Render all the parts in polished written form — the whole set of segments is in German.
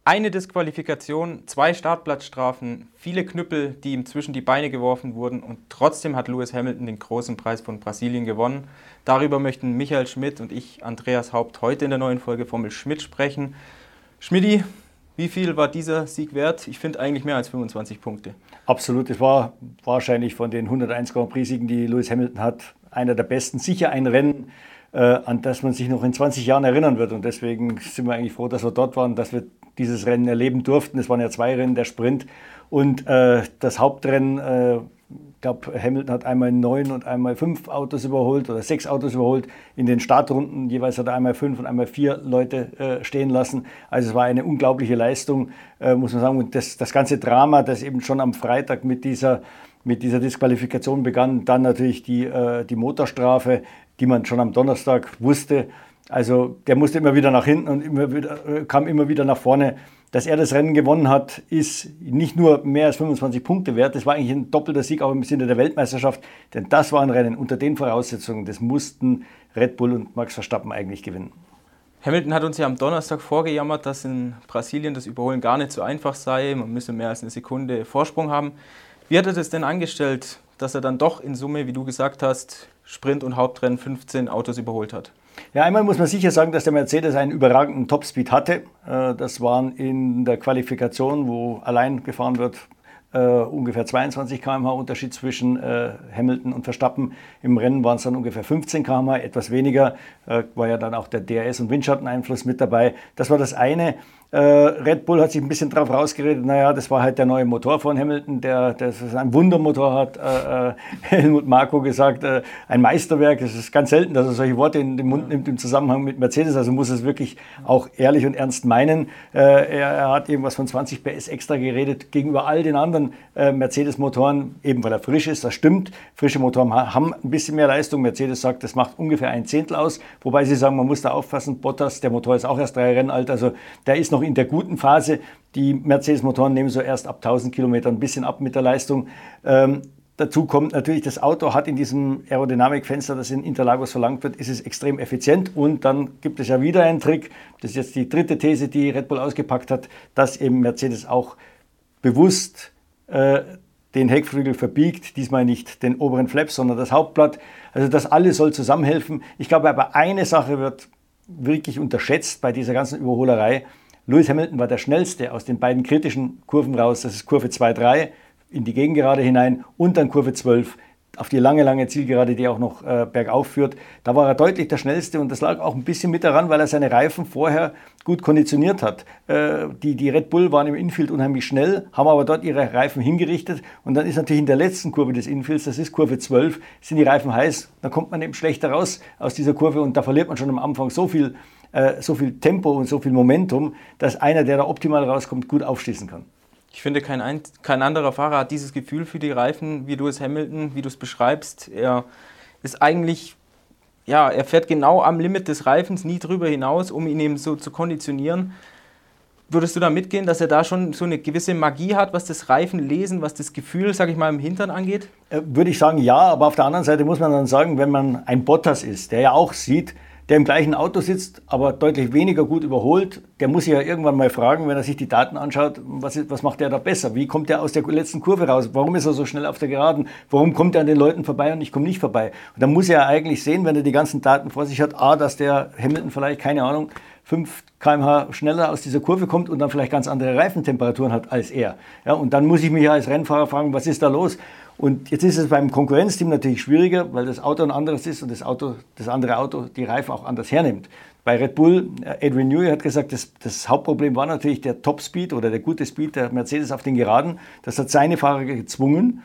Eine Disqualifikation, 2 Startplatzstrafen, viele Knüppel, die ihm zwischen die Beine geworfen wurden und trotzdem hat Lewis Hamilton den großen Preis von Brasilien gewonnen. Darüber möchten Michael Schmidt und ich, Andreas Haupt, heute in der neuen Folge Formel Schmidt sprechen. Schmidti, wie viel war dieser Sieg wert? Ich finde eigentlich mehr als 25 Punkte. Absolut, es war wahrscheinlich von den 101 Grand Prix-Siegen, die Lewis Hamilton hat, einer der besten. Sicher ein Rennen, an das man sich noch in 20 Jahren erinnern wird. Und deswegen sind wir eigentlich froh, dass wir dort waren, dass wir dieses Rennen erleben durften. Es waren ja 2 Rennen, der Sprint und das Hauptrennen. Ich glaube, Hamilton hat einmal 9 und einmal 5 Autos überholt oder 6 Autos überholt. In den Startrunden jeweils hat er einmal 5 und einmal 4 Leute stehen lassen. Also es war eine unglaubliche Leistung, muss man sagen. Und das ganze Drama, das eben schon am Freitag mit dieser Disqualifikation begann, dann natürlich die Motorstrafe, die man schon am Donnerstag wusste. Also der musste immer wieder nach hinten und kam immer wieder nach vorne. Dass er das Rennen gewonnen hat, ist nicht nur mehr als 25 Punkte wert. Das war eigentlich ein doppelter Sieg, auch im Sinne der Weltmeisterschaft. Denn das war ein Rennen unter den Voraussetzungen. Das mussten Red Bull und Max Verstappen eigentlich gewinnen. Hamilton hat uns ja am Donnerstag vorgejammert, dass in Brasilien das Überholen gar nicht so einfach sei. Man müsse mehr als eine Sekunde Vorsprung haben. Wie hat er das denn angestellt, dass er dann doch in Summe, wie du gesagt hast, Sprint und Hauptrennen 15 Autos überholt hat? Ja, einmal muss man sicher sagen, dass der Mercedes einen überragenden Topspeed hatte. Das waren in der Qualifikation, wo allein gefahren wird, ungefähr 22 km/h Unterschied zwischen Hamilton und Verstappen. Im Rennen waren es dann ungefähr 15 km/h, etwas weniger. War ja dann auch der DRS- und Windschatteneinfluss mit dabei. Das war das eine. Red Bull hat sich ein bisschen drauf rausgeredet, naja, das war halt der neue Motor von Hamilton, der ein Wundermotor hat, Helmut Marko gesagt, ein Meisterwerk. Es ist ganz selten, dass er solche Worte in den Mund nimmt im Zusammenhang mit Mercedes, also muss es wirklich auch ehrlich und ernst meinen. Er hat irgendwas von 20 PS extra geredet gegenüber all den anderen Mercedes-Motoren, eben weil er frisch ist, das stimmt. Frische Motoren haben ein bisschen mehr Leistung. Mercedes sagt, das macht ungefähr 1/10 aus, wobei sie sagen, man muss da aufpassen, Bottas, der Motor ist auch erst 3 Rennen alt, also der ist noch in der guten Phase. Die Mercedes-Motoren nehmen so erst ab 1000 Kilometern ein bisschen ab mit der Leistung. Dazu kommt natürlich, das Auto hat in diesem Aerodynamikfenster, das in Interlagos verlangt wird, ist es extrem effizient. Und dann gibt es ja wieder einen Trick, das ist jetzt die dritte These, die Red Bull ausgepackt hat, dass eben Mercedes auch bewusst den Heckflügel verbiegt, diesmal nicht den oberen Flaps, sondern das Hauptblatt. Also das alles soll zusammenhelfen. Ich glaube aber eine Sache wird wirklich unterschätzt bei dieser ganzen Überholerei. Lewis Hamilton war der schnellste aus den beiden kritischen Kurven raus. Das ist Kurve 2-3 in die Gegengerade hinein und dann Kurve 12 auf die lange Zielgerade, die auch noch bergauf führt. Da war er deutlich der Schnellste und das lag auch ein bisschen mit daran, weil er seine Reifen vorher gut konditioniert hat. Die Red Bull waren im Infield unheimlich schnell, haben aber dort ihre Reifen hingerichtet und dann ist natürlich in der letzten Kurve des Infields, das ist Kurve 12, sind die Reifen heiß, dann kommt man eben schlechter raus aus dieser Kurve und da verliert man schon am Anfang so viel Tempo und so viel Momentum, dass einer, der da optimal rauskommt, gut aufschließen kann. Ich finde, kein anderer Fahrer hat dieses Gefühl für die Reifen wie Lewis Hamilton, wie du es beschreibst. Er ist eigentlich, ja, er fährt genau am Limit des Reifens, nie drüber hinaus, um ihn eben so zu konditionieren. Würdest du da mitgehen, dass er da schon so eine gewisse Magie hat, was das Reifenlesen, was das Gefühl, sag ich mal, im Hintern angeht? Würde ich sagen, ja, aber auf der anderen Seite muss man dann sagen, wenn man ein Bottas ist, der ja auch sieht, der im gleichen Auto sitzt, aber deutlich weniger gut überholt, der muss sich ja irgendwann mal fragen, wenn er sich die Daten anschaut, was macht der da besser? Wie kommt er aus der letzten Kurve raus? Warum ist er so schnell auf der Geraden? Warum kommt er an den Leuten vorbei und ich komme nicht vorbei? Und dann muss er ja eigentlich sehen, wenn er die ganzen Daten vor sich hat, dass der Hamilton vielleicht, keine Ahnung, 5 km/h schneller aus dieser Kurve kommt und dann vielleicht ganz andere Reifentemperaturen hat als er. Ja, und dann muss ich mich ja als Rennfahrer fragen, was ist da los? Und jetzt ist es beim Konkurrenzteam natürlich schwieriger, weil das Auto ein anderes ist und das andere Auto die Reifen auch anders hernimmt. Bei Red Bull, Adrian Newey hat gesagt, das Hauptproblem war natürlich der Top-Speed oder der gute Speed der Mercedes auf den Geraden. Das hat seine Fahrer gezwungen,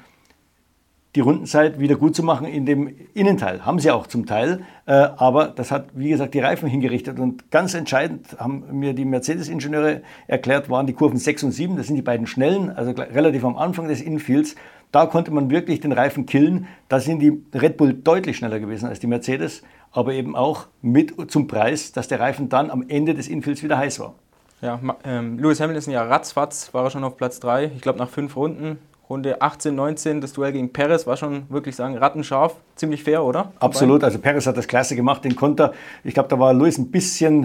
die Rundenzeit wieder gut zu machen in dem Innenteil. Haben sie auch zum Teil, aber das hat, wie gesagt, die Reifen hingerichtet. Und ganz entscheidend haben mir die Mercedes-Ingenieure erklärt, waren die Kurven 6 und 7. Das sind die beiden schnellen, also relativ am Anfang des Infields. Da konnte man wirklich den Reifen killen. Da sind die Red Bull deutlich schneller gewesen als die Mercedes, aber eben auch mit zum Preis, dass der Reifen dann am Ende des Infields wieder heiß war. Ja, Lewis Hamilton, ja ratzfatz, war er schon auf Platz 3. Ich glaube nach 5 Runden. Runde 18, 19, das Duell gegen Perez war schon wirklich sagen rattenscharf, ziemlich fair, oder? Absolut, also Perez hat das klasse gemacht, den Konter. Ich glaube, da war Lewis ein bisschen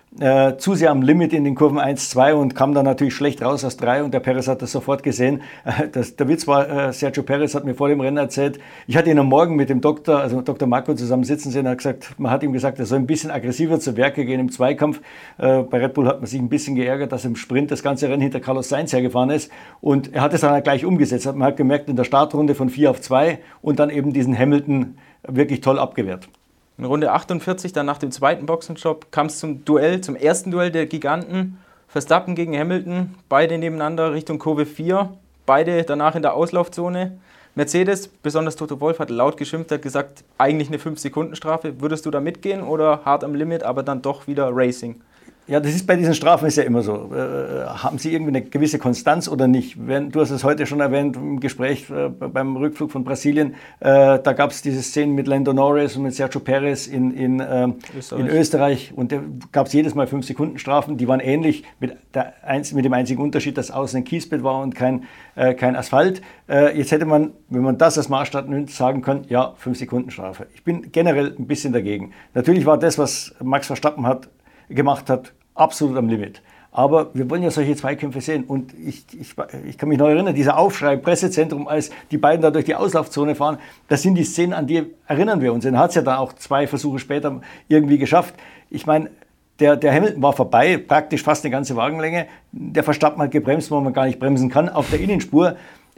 zu sehr am Limit in den Kurven 1, 2 und kam dann natürlich schlecht raus aus 3 und der Perez hat das sofort gesehen. Der Witz war, Sergio Perez hat mir vor dem Rennen erzählt, ich hatte ihn am Morgen mit dem Doktor, also Dr. Marco zusammen sitzen sehen, man hat ihm gesagt, er soll ein bisschen aggressiver zu Werke gehen im Zweikampf. Bei Red Bull hat man sich ein bisschen geärgert, dass im Sprint das ganze Rennen hinter Carlos Sainz hergefahren ist und er hat es dann halt gleich umgesetzt. Man hat gemerkt, in der Startrunde von 4 auf 2 und dann eben diesen Hamilton wirklich toll abgewehrt. In Runde 48, dann nach dem zweiten Boxenstopp, kam es zum ersten Duell der Giganten. Verstappen gegen Hamilton, beide nebeneinander Richtung Kurve 4, beide danach in der Auslaufzone. Mercedes, besonders Toto Wolff, hat laut geschimpft, hat gesagt, eigentlich eine 5-Sekunden-Strafe. Würdest du da mitgehen oder hart am Limit, aber dann doch wieder Racing? Ja, das ist bei diesen Strafen ist ja immer so. Haben sie irgendwie eine gewisse Konstanz oder nicht? Du hast es heute schon erwähnt im Gespräch beim Rückflug von Brasilien. Da gab es diese Szenen mit Lando Norris und mit Sergio Perez in Österreich. Und da gab es jedes Mal 5-Sekunden-Strafen. Die waren ähnlich mit dem einzigen Unterschied, dass außen ein Kiesbett war und kein Asphalt. Jetzt hätte man, wenn man das als Maßstab nimmt, sagen können, ja, 5-Sekunden-Strafe. Ich bin generell ein bisschen dagegen. Natürlich war das, was Max Verstappen gemacht hat, absolut am Limit. Aber wir wollen ja solche Zweikämpfe sehen. Und ich kann mich noch erinnern, dieser Aufschrei im Pressezentrum, als die beiden da durch die Auslaufzone fahren, das sind die Szenen, an die erinnern wir uns. Er hat es ja dann auch 2 Versuche später irgendwie geschafft. Ich meine, der Hamilton war vorbei, praktisch fast eine ganze Wagenlänge. Der Verstappen hat gebremst, wo man gar nicht bremsen kann, auf der Innenspur.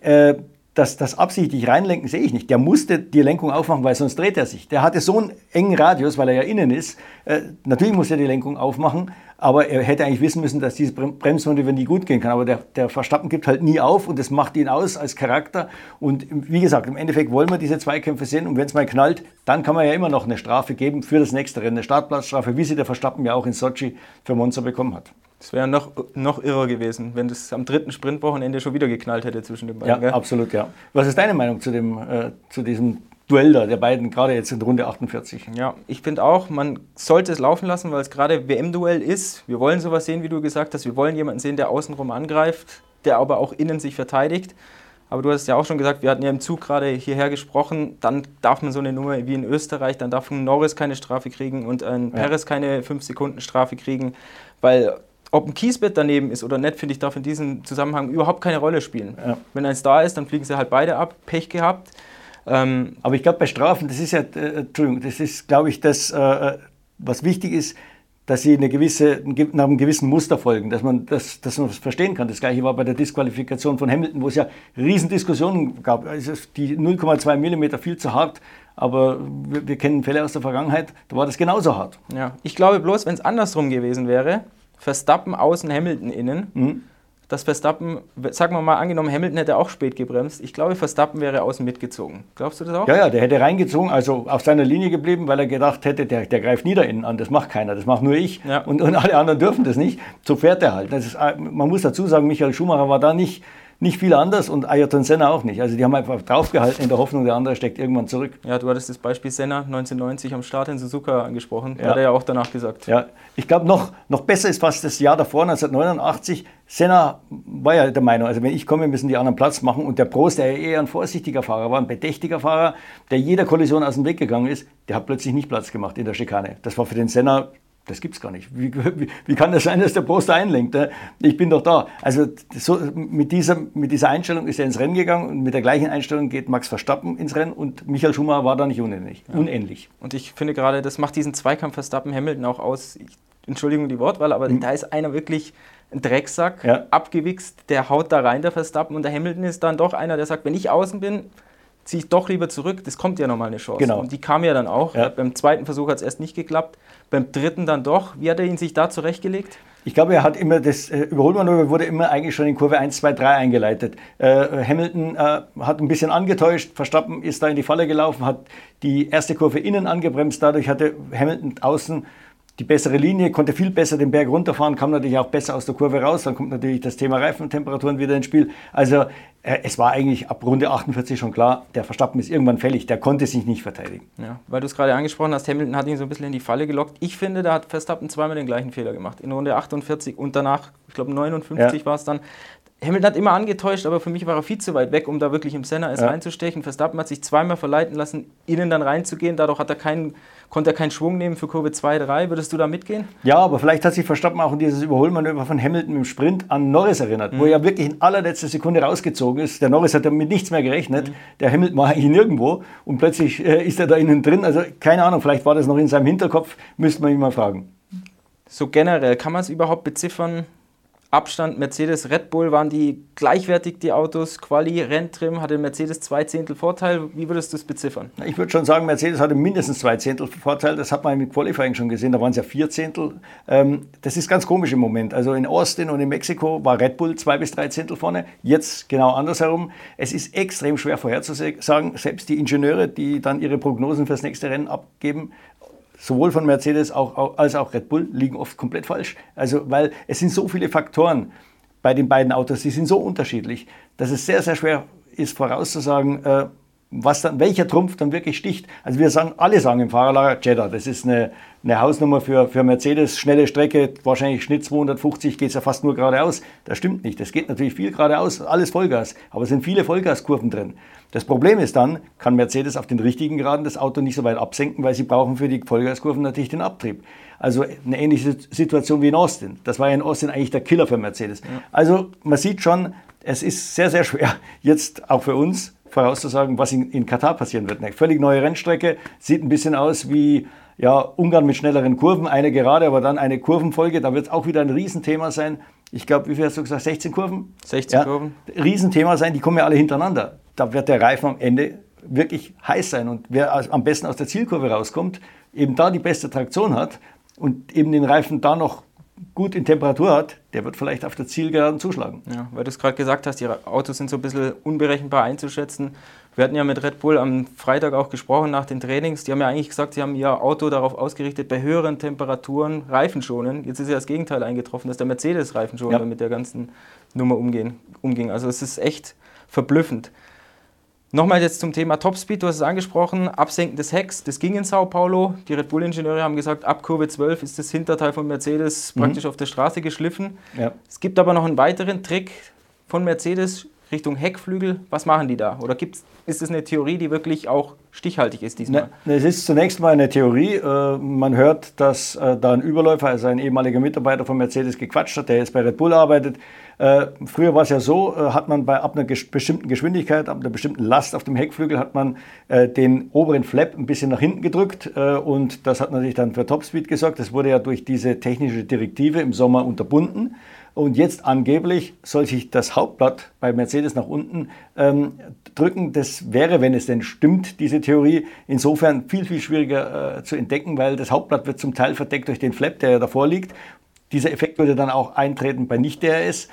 Das absichtlich reinlenken sehe ich nicht. Der musste die Lenkung aufmachen, weil sonst dreht er sich. Der hatte so einen engen Radius, weil er ja innen ist. Natürlich muss er die Lenkung aufmachen, aber er hätte eigentlich wissen müssen, dass diese Bremsmanöver nie gut gehen kann. Aber der Verstappen gibt halt nie auf und das macht ihn aus als Charakter. Und wie gesagt, im Endeffekt wollen wir diese Zweikämpfe sehen und wenn es mal knallt, dann kann man ja immer noch eine Strafe geben für das nächste Rennen. Eine Startplatzstrafe, wie sie der Verstappen ja auch in Sochi für Monza bekommen hat. Das wäre noch irrer gewesen, wenn das am 3. Sprintwochenende schon wieder geknallt hätte zwischen den beiden. Ja, gell? Absolut, ja. Was ist deine Meinung zu diesem Duell da, der beiden, gerade jetzt in Runde 48? Ja, ich finde auch, man sollte es laufen lassen, weil es gerade WM-Duell ist. Wir wollen sowas sehen, wie du gesagt hast. Wir wollen jemanden sehen, der außenrum angreift, der aber auch innen sich verteidigt. Aber du hast ja auch schon gesagt, wir hatten ja im Zug gerade hierher gesprochen, dann darf man so eine Nummer wie in Österreich, dann darf ein Norris keine Strafe kriegen und ein Perez keine 5-Sekunden-Strafe kriegen, weil ob ein Kiesbett daneben ist oder nicht, finde ich, darf in diesem Zusammenhang überhaupt keine Rolle spielen. Ja. Wenn eins da ist, dann fliegen sie halt beide ab, Pech gehabt. Aber ich glaube, bei Strafen, das ist ja, das ist, glaube ich, das, was wichtig ist, dass sie nach einem gewissen Muster folgen, dass man das verstehen kann. Das Gleiche war bei der Disqualifikation von Hamilton, wo es ja Riesendiskussionen gab. Also die 0,2 mm viel zu hart, aber wir kennen Fälle aus der Vergangenheit, da war das genauso hart. Ja, ich glaube bloß, wenn es andersrum gewesen wäre, Verstappen außen, Hamilton innen, dass Verstappen, sagen wir mal, angenommen, Hamilton hätte auch spät gebremst, ich glaube, Verstappen wäre außen mitgezogen. Glaubst du das auch? Ja, der hätte reingezogen, also auf seiner Linie geblieben, weil er gedacht hätte, der greift nie da innen an, das macht keiner, das macht nur ich. Ja. Und alle anderen dürfen das nicht. So fährt er halt. Man muss dazu sagen, Michael Schumacher war da nicht viel anders und Ayrton Senna auch nicht. Also die haben einfach draufgehalten in der Hoffnung, der andere steckt irgendwann zurück. Ja, du hattest das Beispiel Senna 1990 am Start in Suzuka angesprochen. Ja. Hat er ja auch danach gesagt. Ja, ich glaube, noch besser ist fast das Jahr davor, 1989. Senna war ja der Meinung, also wenn ich komme, müssen die anderen Platz machen. Und der Prost, der ja eher ein vorsichtiger Fahrer war, ein bedächtiger Fahrer, der jeder Kollision aus dem Weg gegangen ist, der hat plötzlich nicht Platz gemacht in der Schikane. Das war für den Senna... Das gibt's gar nicht. Wie kann das sein, dass der Prost einlenkt? Ich bin doch da. Also so, mit dieser Einstellung ist er ins Rennen gegangen und mit der gleichen Einstellung geht Max Verstappen ins Rennen und Michael Schumacher war da nicht unähnlich. Und ich finde gerade, das macht diesen Zweikampf Verstappen-Hamilton auch aus. Entschuldigung die Wortwahl, aber da ist einer wirklich ein Drecksack, abgewichst, der haut da rein, der Verstappen, und der Hamilton ist dann doch einer, der sagt, wenn ich außen bin, ziehe ich doch lieber zurück, das kommt ja nochmal eine Chance. Genau. Und die kam ja dann auch. Ja. Beim zweiten Versuch hat es erst nicht geklappt, beim dritten dann doch. Wie hat er ihn sich da zurechtgelegt? Ich glaube, er hat immer das Überholmanöver wurde immer eigentlich schon in Kurve 1, 2, 3 eingeleitet. Hamilton hat ein bisschen angetäuscht, Verstappen ist da in die Falle gelaufen, hat die erste Kurve innen angebremst, dadurch hatte Hamilton außen die bessere Linie, konnte viel besser den Berg runterfahren, kam natürlich auch besser aus der Kurve raus. Dann kommt natürlich das Thema Reifentemperaturen wieder ins Spiel. Also es war eigentlich ab Runde 48 schon klar, der Verstappen ist irgendwann fällig, der konnte sich nicht verteidigen. Ja, weil du es gerade angesprochen hast, Hamilton hat ihn so ein bisschen in die Falle gelockt. Ich finde, da hat Verstappen zweimal den gleichen Fehler gemacht. In Runde 48 und danach, ich glaube 59 war es dann. Hamilton hat immer angetäuscht, aber für mich war er viel zu weit weg, um da wirklich im Senna reinzustechen. Verstappen hat sich zweimal verleiten lassen, innen dann reinzugehen. Dadurch konnte er keinen Schwung nehmen für Kurve 2, 3. Würdest du da mitgehen? Ja, aber vielleicht hat sich Verstappen auch in dieses Überholmanöver von Hamilton im Sprint an Norris erinnert, wo er ja wirklich in allerletzter Sekunde rausgezogen ist. Der Norris hat ja mit nichts mehr gerechnet. Der Hamilton war eigentlich nirgendwo und plötzlich ist er da innen drin. Also keine Ahnung, vielleicht war das noch in seinem Hinterkopf, müsste man ihn mal fragen. So generell, kann man es überhaupt beziffern? Abstand Mercedes, Red Bull, waren die gleichwertig, die Autos? Quali, Renntrim, hatte Mercedes 2 Zehntel Vorteil. Wie würdest du es beziffern? Ich würde schon sagen, Mercedes hatte mindestens 2 Zehntel Vorteil. Das hat man im Qualifying schon gesehen, da waren es ja 4 Zehntel. Das ist ganz komisch im Moment. Also in Austin und in Mexiko war Red Bull 2 bis 3 Zehntel vorne. Jetzt genau andersherum. Es ist extrem schwer vorherzusagen. Selbst die Ingenieure, die dann ihre Prognosen fürs nächste Rennen abgeben, sowohl von Mercedes als auch Red Bull, liegen oft komplett falsch. Also, weil es sind so viele Faktoren bei den beiden Autos, die sind so unterschiedlich, dass es sehr, sehr schwer ist vorauszusagen, welcher Trumpf dann wirklich sticht. Also alle sagen im Fahrerlager, Jeddah, das ist eine Hausnummer für Mercedes, schnelle Strecke, wahrscheinlich Schnitt 250, geht es ja fast nur geradeaus. Das stimmt nicht, es geht natürlich viel geradeaus, alles Vollgas, aber es sind viele Vollgaskurven drin. Das Problem ist dann, kann Mercedes auf den richtigen Geraden das Auto nicht so weit absenken, weil sie brauchen für die Vollgaskurven natürlich den Abtrieb. Also eine ähnliche Situation wie in Austin. Das war ja in Austin eigentlich der Killer für Mercedes. Ja. Also man sieht schon, es ist sehr, sehr schwer, jetzt auch für uns vorauszusagen, was in Katar passieren wird. Eine völlig neue Rennstrecke, sieht ein bisschen aus wie Ungarn mit schnelleren Kurven, eine Gerade, aber dann eine Kurvenfolge, da wird es auch wieder ein Riesenthema sein. Ich glaube, wie viel hast du gesagt, 16 Kurven? 16 Kurven. Riesenthema sein, die kommen ja alle hintereinander. Da wird der Reifen am Ende wirklich heiß sein und wer am besten aus der Zielkurve rauskommt, eben da die beste Traktion hat und eben den Reifen da noch gut in Temperatur hat, der wird vielleicht auf der Zielgeraden zuschlagen. Ja, weil du es gerade gesagt hast, die Autos sind so ein bisschen unberechenbar einzuschätzen. Wir hatten ja mit Red Bull am Freitag auch gesprochen nach den Trainings. Die haben ja eigentlich gesagt, sie haben ihr Auto darauf ausgerichtet, bei höheren Temperaturen Reifen schonen. Jetzt ist ja das Gegenteil eingetroffen, dass der Mercedes Reifenschoner mit der ganzen Nummer umging. Also es ist echt verblüffend. Nochmal jetzt zum Thema Topspeed, du hast es angesprochen, Absenken des Hecks, das ging in Sao Paulo. Die Red Bull-Ingenieure haben gesagt, ab Kurve 12 ist das Hinterteil von Mercedes praktisch auf der Straße geschliffen. Ja. Es gibt aber noch einen weiteren Trick von Mercedes Richtung Heckflügel. Was machen die da? Oder ist es eine Theorie, die wirklich auch stichhaltig ist diesmal? Es ist zunächst mal eine Theorie. Man hört, dass da ein Überläufer, also ein ehemaliger Mitarbeiter von Mercedes, gequatscht hat, der jetzt bei Red Bull arbeitet. Früher war es ja so, hat man ab einer bestimmten Geschwindigkeit, ab einer bestimmten Last auf dem Heckflügel, hat man den oberen Flap ein bisschen nach hinten gedrückt und das hat natürlich dann für Topspeed gesorgt. Das wurde ja durch diese technische Direktive im Sommer unterbunden. Und jetzt angeblich soll sich das Hauptblatt bei Mercedes nach unten drücken. Das wäre, wenn es denn stimmt, diese Theorie, insofern viel, viel schwieriger zu entdecken, weil das Hauptblatt wird zum Teil verdeckt durch den Flap, der ja davor liegt. Dieser Effekt würde dann auch eintreten bei Nicht-DRS.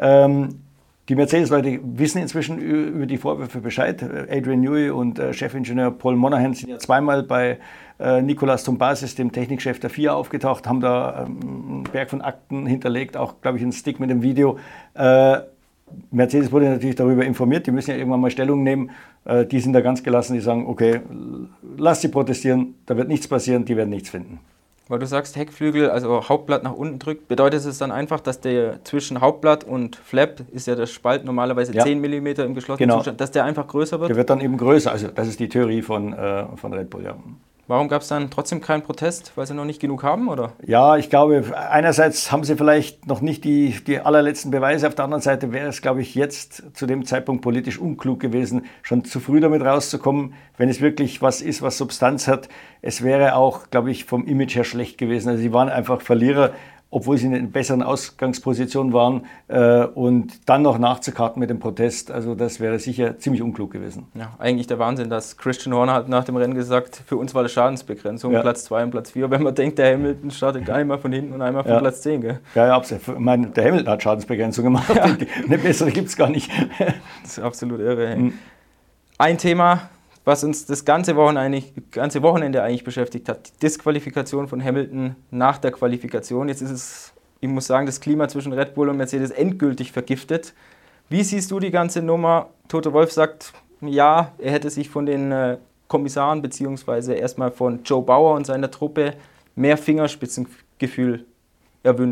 Die Mercedes-Leute wissen inzwischen über die Vorwürfe Bescheid. Adrian Newey und Chefingenieur Paul Monahan sind ja zweimal bei Nicolas Tombazis, dem Technikchef der FIA, aufgetaucht, haben da einen Berg von Akten hinterlegt, auch, glaube ich, einen Stick mit dem Video. Mercedes wurde natürlich darüber informiert, die müssen ja irgendwann mal Stellung nehmen. Die sind da ganz gelassen, die sagen, okay, lass sie protestieren, da wird nichts passieren, die werden nichts finden. Weil du sagst, Heckflügel, also Hauptblatt nach unten drückt, bedeutet es dann einfach, dass der zwischen Hauptblatt und Flap, ist ja der Spalt normalerweise 10 mm im geschlossenen Zustand, dass der einfach größer wird? Der wird dann eben größer, also das ist die Theorie von Red Bull, ja. Warum gab es dann trotzdem keinen Protest? Weil sie noch nicht genug haben, oder? Ja, ich glaube, einerseits haben sie vielleicht noch nicht die allerletzten Beweise. Auf der anderen Seite wäre es, glaube ich, jetzt zu dem Zeitpunkt politisch unklug gewesen, schon zu früh damit rauszukommen, wenn es wirklich was ist, was Substanz hat. Es wäre auch, glaube ich, vom Image her schlecht gewesen. Also sie waren einfach Verlierer, obwohl sie in einer besseren Ausgangsposition waren und dann noch nachzukarten mit dem Protest, also das wäre sicher ziemlich unklug gewesen. Ja, eigentlich der Wahnsinn, dass Christian Horner hat nach dem Rennen gesagt, für uns war das Schadensbegrenzung, Platz 2 und Platz 4, wenn man denkt, der Hamilton startet einmal von hinten und einmal von Platz 10. Gell? Ja, absolut. Ich meine, der Hamilton hat Schadensbegrenzung gemacht, eine bessere gibt es gar nicht. Das ist absolut irre. Ein Thema, was uns das ganze Wochenende eigentlich beschäftigt hat, die Disqualifikation von Hamilton nach der Qualifikation. Jetzt ist es, ich muss sagen, das Klima zwischen Red Bull und Mercedes endgültig vergiftet. Wie siehst du die ganze Nummer? Toto Wolff sagt, ja, er hätte sich von den Kommissaren beziehungsweise erstmal von Joe Bauer und seiner Truppe mehr Fingerspitzengefühl erwünscht.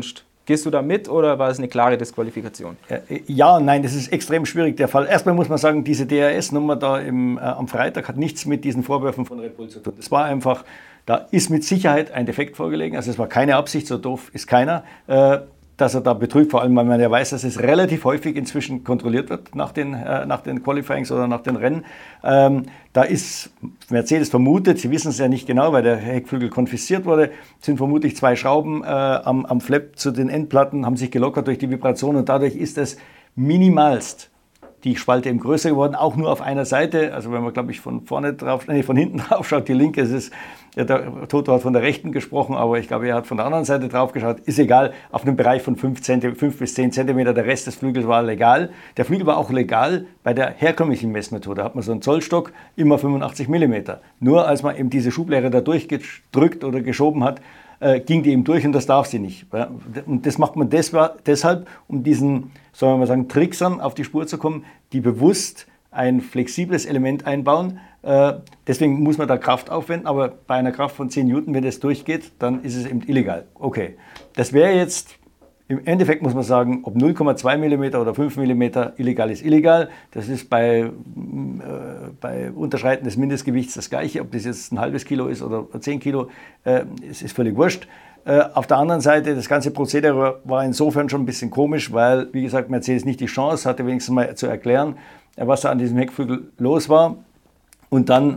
Gehst du da mit oder war es eine klare Disqualifikation? Ja und nein, das ist extrem schwierig, der Fall. Erstmal muss man sagen, diese DRS-Nummer da am Freitag hat nichts mit diesen Vorwürfen von Red Bull zu tun. Das war einfach, da ist mit Sicherheit ein Defekt vorgelegen, also es war keine Absicht, so doof ist keiner, dass er da betrügt, vor allem weil man ja weiß, dass es relativ häufig inzwischen kontrolliert wird nach den Qualifyings oder nach den Rennen. Da ist Mercedes vermutet, sie wissen es ja nicht genau, weil der Heckflügel konfisziert wurde, sind vermutlich 2 Schrauben am Flap zu den Endplatten, haben sich gelockert durch die Vibration und dadurch ist es minimalst die Spalte eben größer geworden, auch nur auf einer Seite. Also wenn man, glaube ich, von hinten drauf schaut, die linke, der Toto hat von der rechten gesprochen, aber ich glaube, er hat von der anderen Seite drauf geschaut. Ist egal, auf einem Bereich von 5 bis 10 Zentimeter, der Rest des Flügels war legal. Der Flügel war auch legal bei der herkömmlichen Messmethode. Da hat man so einen Zollstock, immer 85 Millimeter. Nur als man eben diese Schubleere da durchgedrückt oder geschoben hat, ging die eben durch und das darf sie nicht. Und das macht man deshalb, um diesen, sollen wir mal sagen, Tricksern auf die Spur zu kommen, die bewusst ein flexibles Element einbauen. Deswegen muss man da Kraft aufwenden, aber bei einer Kraft von 10 Newton, wenn das durchgeht, dann ist es eben illegal. Okay, das wäre jetzt, im Endeffekt muss man sagen, ob 0,2 mm oder 5 mm illegal ist illegal. Das ist bei Unterschreiten des Mindestgewichts das Gleiche, ob das jetzt ein halbes Kilo ist oder 10 Kilo, es ist völlig wurscht. Auf der anderen Seite, das ganze Prozedere war insofern schon ein bisschen komisch, weil, wie gesagt, Mercedes nicht die Chance hatte, wenigstens mal zu erklären, was da an diesem Heckflügel los war. Und dann,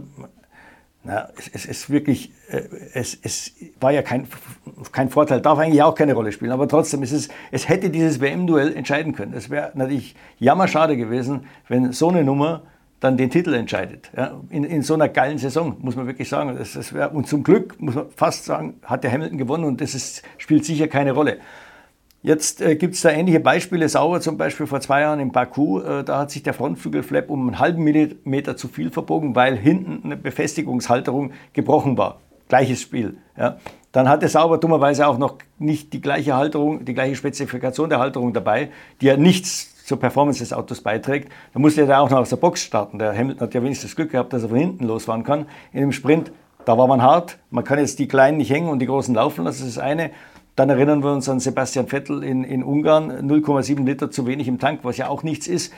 es war ja kein Vorteil, darf eigentlich auch keine Rolle spielen, aber trotzdem, es hätte dieses WM-Duell entscheiden können. Es wäre natürlich jammerschade gewesen, wenn so eine Nummer dann den Titel entscheidet. Ja, in so einer geilen Saison, muss man wirklich sagen. Und zum Glück, muss man fast sagen, hat der Hamilton gewonnen und das spielt sicher keine Rolle. Jetzt gibt es da ähnliche Beispiele. Sauber zum Beispiel vor 2 Jahren in Baku, da hat sich der Frontflügelflap um einen halben Millimeter zu viel verbogen, weil hinten eine Befestigungshalterung gebrochen war. Gleiches Spiel. Ja. Dann hatte Sauber dummerweise auch noch nicht die gleiche Halterung, die gleiche Spezifikation der Halterung dabei, die ja nichts zur Performance des Autos beiträgt. Da musste er auch noch aus der Box starten. Der Hamilton hat ja wenigstens das Glück gehabt, dass er von hinten losfahren kann. In dem Sprint, da war man hart. Man kann jetzt die Kleinen nicht hängen und die Großen laufen lassen, das ist das eine. Dann erinnern wir uns an Sebastian Vettel in Ungarn, 0,7 Liter zu wenig im Tank, was ja auch nichts ist.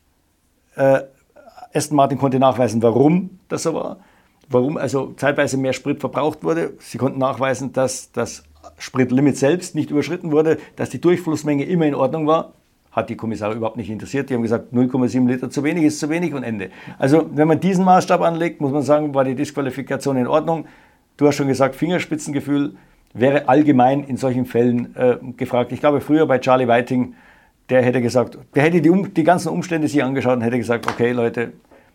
Aston Martin konnte nachweisen, warum das so war. Warum also zeitweise mehr Sprit verbraucht wurde. Sie konnten nachweisen, dass das Spritlimit selbst nicht überschritten wurde, dass die Durchflussmenge immer in Ordnung war. Hat die Kommissare überhaupt nicht interessiert. Die haben gesagt, 0,7 Liter zu wenig ist zu wenig und Ende. Also wenn man diesen Maßstab anlegt, muss man sagen, war die Disqualifikation in Ordnung. Du hast schon gesagt, Fingerspitzengefühl wäre allgemein in solchen Fällen gefragt. Ich glaube, früher bei Charlie Whiting, der hätte gesagt, der hätte die ganzen Umstände sich angeschaut und hätte gesagt, okay Leute,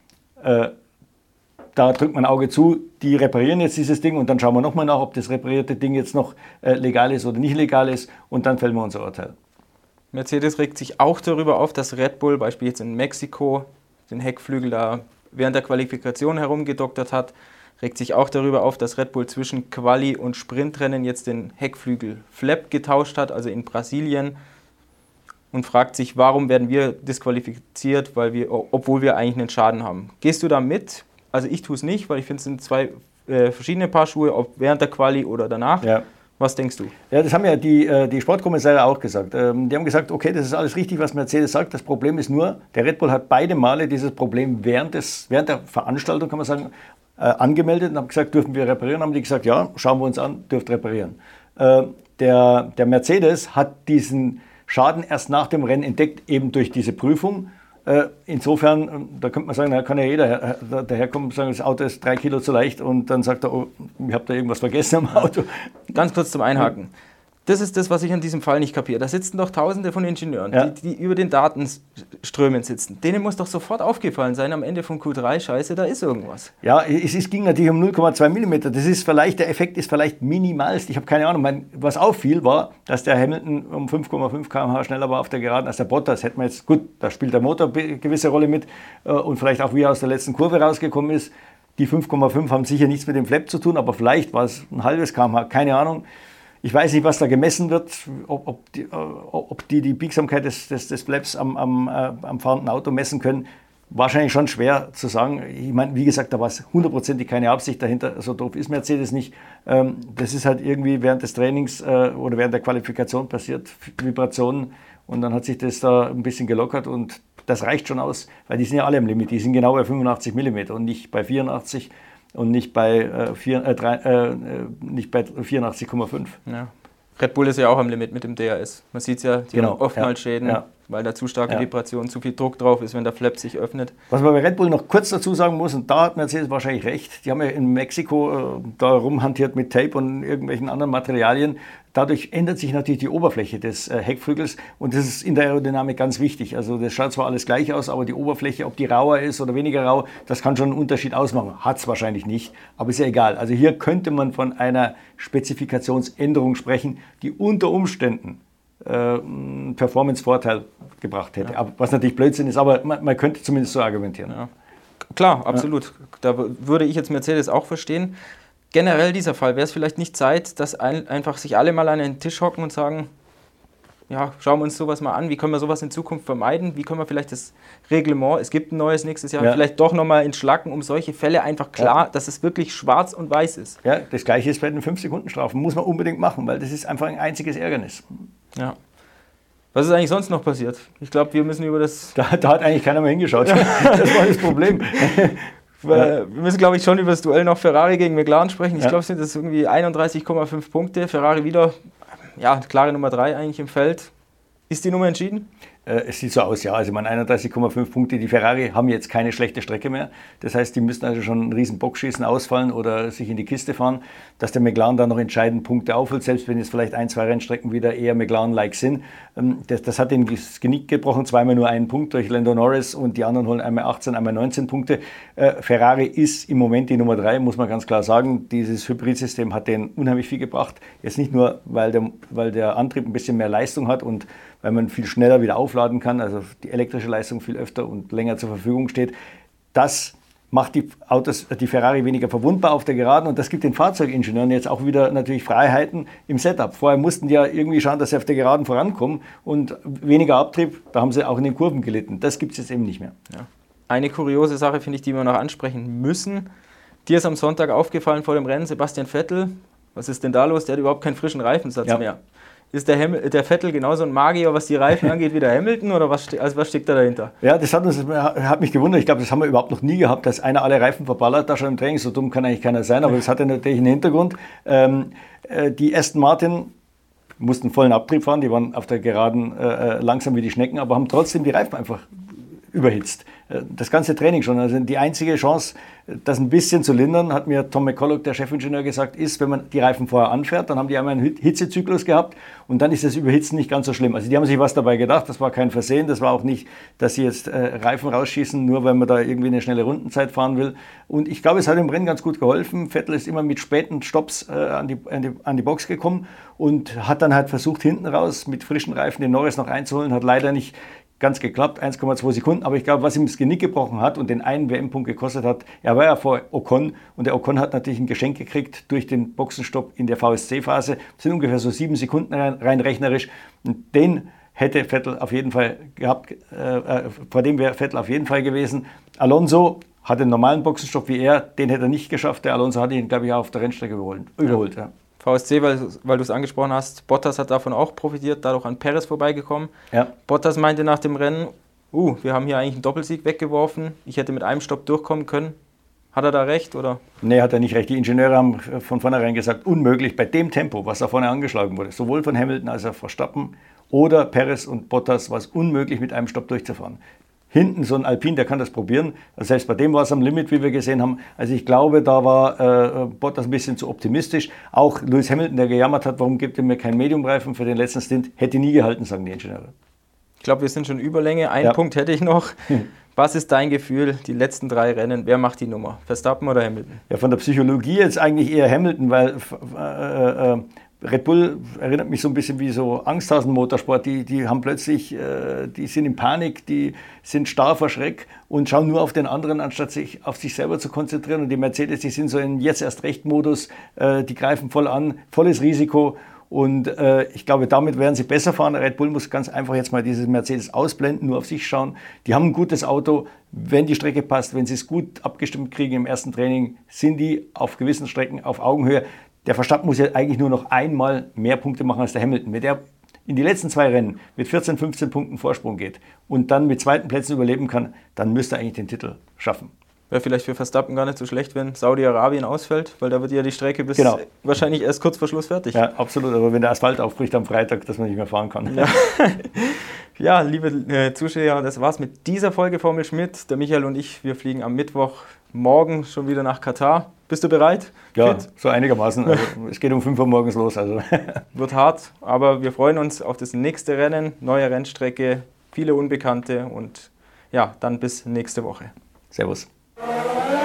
da drückt man ein Auge zu, die reparieren jetzt dieses Ding und dann schauen wir nochmal nach, ob das reparierte Ding jetzt noch legal ist oder nicht legal ist und dann fällen wir unser Urteil. Mercedes regt sich auch darüber auf, dass Red Bull, Beispiel jetzt in Mexiko, den Heckflügel da während der Qualifikation herumgedoktert hat, regt sich auch darüber auf, dass Red Bull zwischen Quali- und Sprintrennen jetzt den Heckflügel Flap getauscht hat, also in Brasilien, und fragt sich, warum werden wir disqualifiziert, obwohl wir eigentlich einen Schaden haben. Gehst du da mit? Also ich tue es nicht, weil ich finde, es sind 2 verschiedene Paar Schuhe, ob während der Quali oder danach. Ja. Was denkst du? Ja, das haben ja die Sportkommissare auch gesagt. Die haben gesagt, okay, das ist alles richtig, was Mercedes sagt. Das Problem ist nur, der Red Bull hat beide Male dieses Problem während der Veranstaltung, kann man sagen, angemeldet und haben gesagt, dürfen wir reparieren? Haben die gesagt, ja, schauen wir uns an, dürft reparieren. Der Mercedes hat diesen Schaden erst nach dem Rennen entdeckt, eben durch diese Prüfung. Insofern, da könnte man sagen, da kann ja jeder daherkommen und sagen, das Auto ist 3 Kilo zu leicht und dann sagt er, oh, ich habe da irgendwas vergessen am Auto. Ganz kurz zum Einhaken. Das ist das, was ich an diesem Fall nicht kapiere. Da sitzen doch Tausende von Ingenieuren, ja, die über den Datenströmen sitzen. Denen muss doch sofort aufgefallen sein, am Ende von Q3, scheiße, da ist irgendwas. Ja, es ging natürlich um 0,2 mm. Das ist vielleicht, der Effekt ist vielleicht minimalst. Ich habe keine Ahnung. Was auffiel, war, dass der Hamilton um 5,5 km/h schneller war auf der Geraden als der Bottas. Hätte man jetzt, gut, da spielt der Motor eine gewisse Rolle mit und vielleicht auch, wie er aus der letzten Kurve rausgekommen ist. Die 5,5 haben sicher nichts mit dem Flap zu tun, aber vielleicht war es ein halbes km/h, keine Ahnung. Ich weiß nicht, was da gemessen wird, ob die Biegsamkeit des Flaps am fahrenden Auto messen können. Wahrscheinlich schon schwer zu sagen. Ich meine, wie gesagt, da war es hundertprozentig keine Absicht dahinter. So doof ist Mercedes nicht. Das ist halt irgendwie während des Trainings oder während der Qualifikation passiert, Vibrationen. Und dann hat sich das da ein bisschen gelockert und das reicht schon aus, weil die sind ja alle im Limit. Die sind genau bei 85 mm und nicht bei 84 und nicht bei 84,5. Ja. Red Bull ist ja auch am Limit mit dem DRS. Man sieht es ja, die haben oftmals Schäden, weil da zu starke Vibrationen, zu viel Druck drauf ist, wenn der Flap sich öffnet. Was man bei Red Bull noch kurz dazu sagen muss, und da hat Mercedes wahrscheinlich recht, die haben ja in Mexiko da rumhantiert mit Tape und irgendwelchen anderen Materialien. Dadurch ändert sich natürlich die Oberfläche des Heckflügels und das ist in der Aerodynamik ganz wichtig. Also das schaut zwar alles gleich aus, aber die Oberfläche, ob die rauer ist oder weniger rau, das kann schon einen Unterschied ausmachen. Hat es wahrscheinlich nicht, aber ist ja egal. Also hier könnte man von einer Spezifikationsänderung sprechen, die unter Umständen einen Performance-Vorteil gebracht hätte. Ja. Was natürlich Blödsinn ist, aber man könnte zumindest so argumentieren. Ja. Klar, absolut. Da würde ich jetzt Mercedes auch verstehen. Generell dieser Fall, wäre es vielleicht nicht Zeit, dass einfach sich alle mal an den Tisch hocken und sagen, ja, schauen wir uns sowas mal an, wie können wir sowas in Zukunft vermeiden, wie können wir vielleicht das Reglement, es gibt ein neues nächstes Jahr, vielleicht doch nochmal entschlacken, um solche Fälle einfach klar, dass es wirklich schwarz und weiß ist. Ja, das Gleiche ist bei den 5-Sekunden-Strafen, muss man unbedingt machen, weil das ist einfach ein einziges Ärgernis. Ja. Was ist eigentlich sonst noch passiert? Ich glaube, wir müssen über das... Da hat eigentlich keiner mehr hingeschaut, das war das Problem. Wir müssen, glaube ich, schon über das Duell noch Ferrari gegen McLaren sprechen. Ich glaube, es sind das irgendwie 31,5 Punkte. Ferrari wieder, klare Nummer 3 eigentlich im Feld. Ist die Nummer entschieden? Es sieht so aus, ja. Also 31,5 Punkte. Die Ferrari haben jetzt keine schlechte Strecke mehr. Das heißt, die müssten also schon einen riesen Bockschießen ausfallen oder sich in die Kiste fahren, dass der McLaren dann noch entscheidend Punkte aufholt, selbst wenn jetzt vielleicht 1-2 Rennstrecken wieder eher McLaren-like sind. Das hat ihnen das Genick gebrochen, zweimal nur einen Punkt durch Lando Norris und die anderen holen einmal 18, einmal 19 Punkte. Ferrari ist im Moment die Nummer 3, muss man ganz klar sagen. Dieses Hybridsystem hat denen unheimlich viel gebracht. Jetzt nicht nur, weil der Antrieb ein bisschen mehr Leistung hat und weil man viel schneller wieder aufladen kann, also die elektrische Leistung viel öfter und länger zur Verfügung steht. Das macht die Ferrari weniger verwundbar auf der Geraden und das gibt den Fahrzeugingenieuren jetzt auch wieder natürlich Freiheiten im Setup. Vorher mussten die ja irgendwie schauen, dass sie auf der Geraden vorankommen und weniger Abtrieb, da haben sie auch in den Kurven gelitten. Das gibt es jetzt eben nicht mehr. Ja. Eine kuriose Sache, finde ich, die wir noch ansprechen müssen. Dir ist am Sonntag aufgefallen vor dem Rennen, Sebastian Vettel. Was ist denn da los? Der hat überhaupt keinen frischen Reifensatz mehr. Ist der Vettel genauso ein Magier, was die Reifen angeht, wie der Hamilton oder was steckt da dahinter? Ja, das hat mich gewundert. Ich glaube, das haben wir überhaupt noch nie gehabt, dass einer alle Reifen verballert, da schon im Training. So dumm kann eigentlich keiner sein, aber das hatte natürlich einen Hintergrund. Die Aston Martin mussten vollen Abtrieb fahren, die waren auf der Geraden langsam wie die Schnecken, aber haben trotzdem die Reifen einfach überhitzt. Das ganze Training schon. Also die einzige Chance, das ein bisschen zu lindern, hat mir Tom McCulloch, der Chefingenieur, gesagt, ist, wenn man die Reifen vorher anfährt, dann haben die einmal einen Hitzezyklus gehabt und dann ist das Überhitzen nicht ganz so schlimm. Also die haben sich was dabei gedacht, das war kein Versehen, das war auch nicht, dass sie jetzt Reifen rausschießen, nur weil man da irgendwie eine schnelle Rundenzeit fahren will. Und ich glaube, es hat im Rennen ganz gut geholfen. Vettel ist immer mit späten Stopps an die Box gekommen und hat dann halt versucht, hinten raus mit frischen Reifen den Norris noch einzuholen, hat leider nicht ganz geklappt, 1,2 Sekunden, aber ich glaube, was ihm das Genick gebrochen hat und den einen WM-Punkt gekostet hat, er war ja vor Ocon und der Ocon hat natürlich ein Geschenk gekriegt durch den Boxenstopp in der VSC-Phase, das sind ungefähr so 7 Sekunden rein rechnerisch und den hätte Vettel auf jeden Fall gehabt, vor dem wäre Vettel auf jeden Fall gewesen. Alonso hat den normalen Boxenstopp wie er, den hätte er nicht geschafft, der Alonso hat ihn, glaube ich, auch auf der Rennstrecke überholt. Ja. VSC, weil du es angesprochen hast, Bottas hat davon auch profitiert, dadurch an Perez vorbeigekommen. Ja. Bottas meinte nach dem Rennen, wir haben hier eigentlich einen Doppelsieg weggeworfen, ich hätte mit einem Stopp durchkommen können. Hat er da recht, oder? Nee, hat er nicht recht. Die Ingenieure haben von vornherein gesagt, unmöglich bei dem Tempo, was da vorne angeschlagen wurde, sowohl von Hamilton als auch Verstappen oder Perez und Bottas, war es unmöglich, mit einem Stopp durchzufahren. Hinten so ein Alpine, der kann das probieren. Also selbst bei dem war es am Limit, wie wir gesehen haben. Also ich glaube, da war Bottas ein bisschen zu optimistisch. Auch Lewis Hamilton, der gejammert hat, warum gibt er mir keinen Medium-Reifen für den letzten Stint, hätte nie gehalten, sagen die Ingenieure. Ich glaube, wir sind schon Überlänge. Einen Punkt hätte ich noch. Was ist dein Gefühl, die letzten 3 Rennen, wer macht die Nummer? Verstappen oder Hamilton? Ja, von der Psychologie jetzt eigentlich eher Hamilton, weil Red Bull erinnert mich so ein bisschen wie so Angsthasen-Motorsport. Die haben plötzlich, die sind in Panik, die sind starr vor Schreck und schauen nur auf den anderen, anstatt sich auf sich selber zu konzentrieren. Und die Mercedes, die sind so in Jetzt-erst-recht-Modus, die greifen voll an, volles Risiko. Und ich glaube, damit werden sie besser fahren. Red Bull muss ganz einfach jetzt mal dieses Mercedes ausblenden, nur auf sich schauen. Die haben ein gutes Auto, wenn die Strecke passt, wenn sie es gut abgestimmt kriegen im ersten Training, sind die auf gewissen Strecken auf Augenhöhe. Der Verstappen muss ja eigentlich nur noch einmal mehr Punkte machen als der Hamilton. Wenn der in die letzten 2 Rennen mit 14, 15 Punkten Vorsprung geht und dann mit zweiten Plätzen überleben kann, dann müsste er eigentlich den Titel schaffen. Wäre vielleicht für Verstappen gar nicht so schlecht, wenn Saudi-Arabien ausfällt, weil da wird ja die Strecke bis wahrscheinlich erst kurz vor Schluss fertig. Ja, absolut. Aber wenn der Asphalt aufbricht am Freitag, dass man nicht mehr fahren kann. Ja, ja, liebe Zuschauer, das war's mit dieser Folge Formel Schmidt. Der Michael und ich, wir fliegen am Mittwochmorgen schon wieder nach Katar. Bist du bereit? Ja, so einigermaßen. Also, es geht um 5 Uhr morgens los. Also. Wird hart, aber wir freuen uns auf das nächste Rennen, neue Rennstrecke, viele Unbekannte und ja, dann bis nächste Woche. Servus.